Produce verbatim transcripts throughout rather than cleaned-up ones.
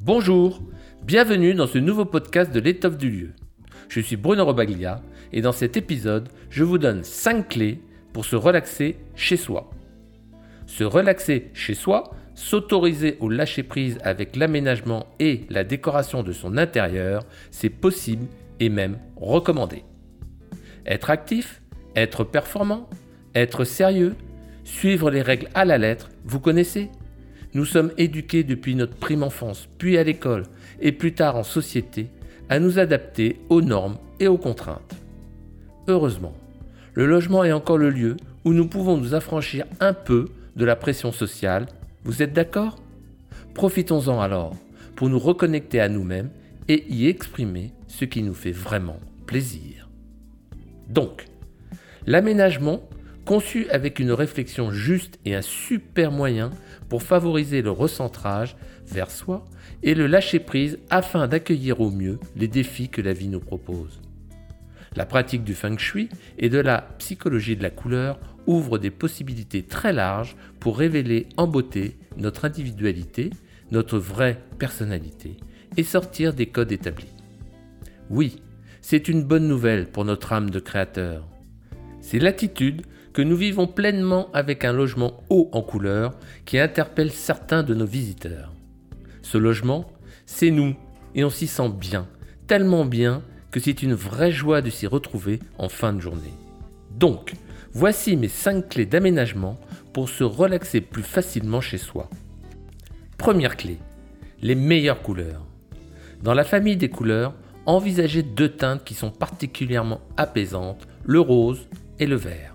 Bonjour, bienvenue dans ce nouveau podcast de l'étoffe du lieu. Je suis Bruno Robaglia et dans cet épisode, je vous donne cinq clés pour se relaxer chez soi. Se relaxer chez soi, s'autoriser au lâcher-prise avec l'aménagement et la décoration de son intérieur, c'est possible et même recommandé. Être actif, être performant, être sérieux, suivre les règles à la lettre, vous connaissez ? Nous sommes éduqués depuis notre prime enfance, puis à l'école et plus tard en société, à nous adapter aux normes et aux contraintes. Heureusement, le logement est encore le lieu où nous pouvons nous affranchir un peu de la pression sociale. Vous êtes d'accord ? Profitons-en alors pour nous reconnecter à nous-mêmes et y exprimer ce qui nous fait vraiment plaisir. Donc, l'aménagement, conçu avec une réflexion juste et un super moyen pour favoriser le recentrage vers soi et le lâcher-prise afin d'accueillir au mieux les défis que la vie nous propose. La pratique du feng shui et de la psychologie de la couleur ouvre des possibilités très larges pour révéler en beauté notre individualité, notre vraie personnalité et sortir des codes établis. Oui, c'est une bonne nouvelle pour notre âme de créateur. C'est l'attitude que nous vivons pleinement avec un logement haut en couleur qui interpelle certains de nos visiteurs. Ce logement, c'est nous et on s'y sent bien, tellement bien que c'est une vraie joie de s'y retrouver en fin de journée. Donc, voici mes cinq clés d'aménagement pour se relaxer plus facilement chez soi. Première clé, les meilleures couleurs. Dans la famille des couleurs, envisagez deux teintes qui sont particulièrement apaisantes, le rose et le vert.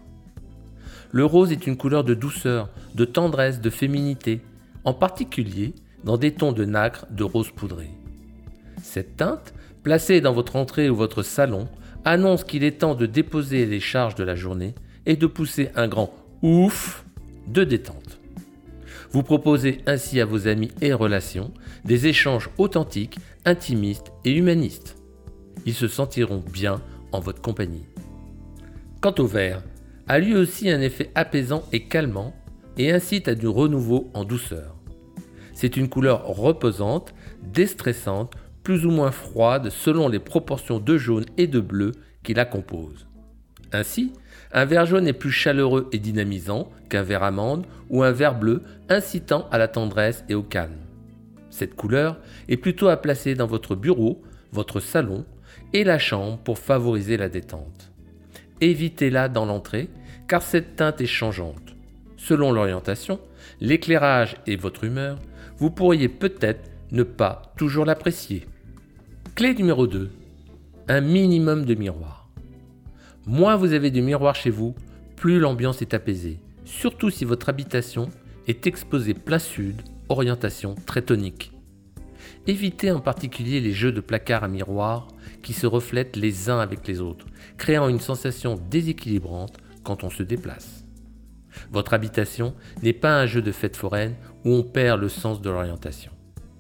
Le rose est une couleur de douceur, de tendresse, de féminité, en particulier dans des tons de nacre de rose poudré. Cette teinte, placée dans votre entrée ou votre salon, annonce qu'il est temps de déposer les charges de la journée et de pousser un grand ouf de détente. Vous proposez ainsi à vos amis et relations des échanges authentiques, intimistes et humanistes. Ils se sentiront bien en votre compagnie. Quant au vert, a lui aussi un effet apaisant et calmant et incite à du renouveau en douceur. C'est une couleur reposante, déstressante, plus ou moins froide selon les proportions de jaune et de bleu qui la composent. Ainsi, un vert jaune est plus chaleureux et dynamisant qu'un vert amande ou un vert bleu incitant à la tendresse et au calme. Cette couleur est plutôt à placer dans votre bureau, votre salon et la chambre pour favoriser la détente. Évitez-la dans l'entrée car cette teinte est changeante. Selon l'orientation, l'éclairage et votre humeur, vous pourriez peut-être ne pas toujours l'apprécier. Clé numéro deux. Un minimum de miroirs. Moins vous avez de miroirs chez vous, plus l'ambiance est apaisée, surtout si votre habitation est exposée plein sud, orientation très tonique. Évitez en particulier les jeux de placards à miroirs qui se reflètent les uns avec les autres, créant une sensation déséquilibrante quand on se déplace. Votre habitation n'est pas un jeu de fête foraine où on perd le sens de l'orientation.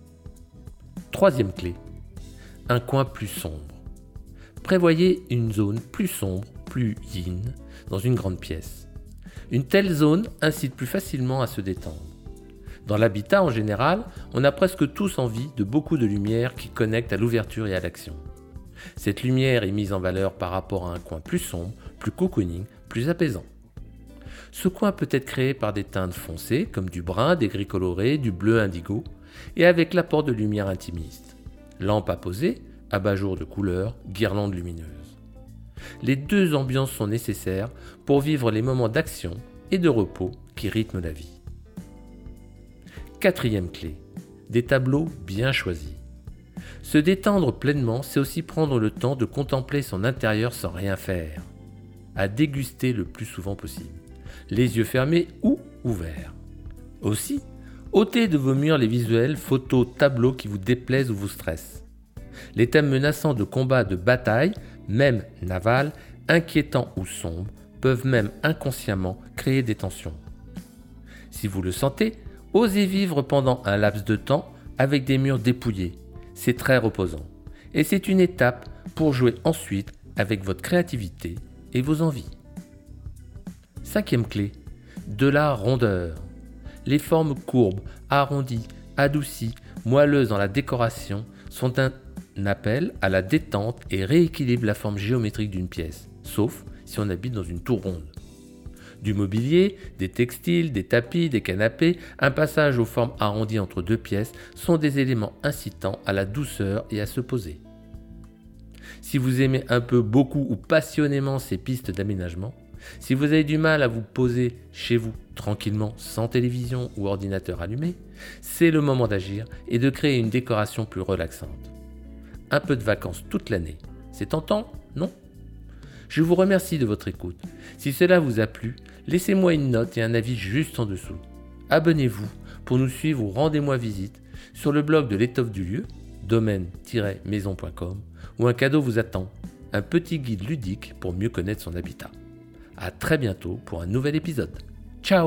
Troisième clé, un coin plus sombre. Prévoyez une zone plus sombre, plus yin, dans une grande pièce. Une telle zone incite plus facilement à se détendre. Dans l'habitat en général, on a presque tous envie de beaucoup de lumière qui connecte à l'ouverture et à l'action. Cette lumière est mise en valeur par rapport à un coin plus sombre, plus cocooning, plus apaisant. Ce coin peut être créé par des teintes foncées comme du brun, des gris colorés, du bleu indigo et avec l'apport de lumière intimiste. Lampe à poser, abat-jour de couleurs, guirlandes lumineuses. Les deux ambiances sont nécessaires pour vivre les moments d'action et de repos qui rythment la vie. Quatrième clé, des tableaux bien choisis. Se détendre pleinement, c'est aussi prendre le temps de contempler son intérieur sans rien faire. À déguster le plus souvent possible, les yeux fermés ou ouverts. Aussi, ôtez de vos murs les visuels, photos, tableaux qui vous déplaisent ou vous stressent. Les thèmes menaçants de combat, de bataille, même navals, inquiétants ou sombres, peuvent même inconsciemment créer des tensions. Si vous le sentez, osez vivre pendant un laps de temps avec des murs dépouillés. C'est très reposant. Et c'est une étape pour jouer ensuite avec votre créativité et vos envies. Cinquième clé, de la rondeur. Les formes courbes, arrondies, adoucies, moelleuses dans la décoration, sont un appel à la détente et rééquilibrent la forme géométrique d'une pièce, sauf si on habite dans une tour ronde. Du mobilier, des textiles, des tapis, des canapés, un passage aux formes arrondies entre deux pièces sont des éléments incitant à la douceur et à se poser. Si vous aimez un peu, beaucoup ou passionnément ces pistes d'aménagement, si vous avez du mal à vous poser chez vous tranquillement sans télévision ou ordinateur allumé, c'est le moment d'agir et de créer une décoration plus relaxante. Un peu de vacances toute l'année, c'est tentant, non ? Je vous remercie de votre écoute. Si cela vous a plu, laissez-moi une note et un avis juste en dessous. Abonnez-vous pour nous suivre ou rendez-moi visite sur le blog de l'étoffe du lieu, domaine tiret maison point com, où un cadeau vous attend, un petit guide ludique pour mieux connaître son habitat. À très bientôt pour un nouvel épisode. Ciao !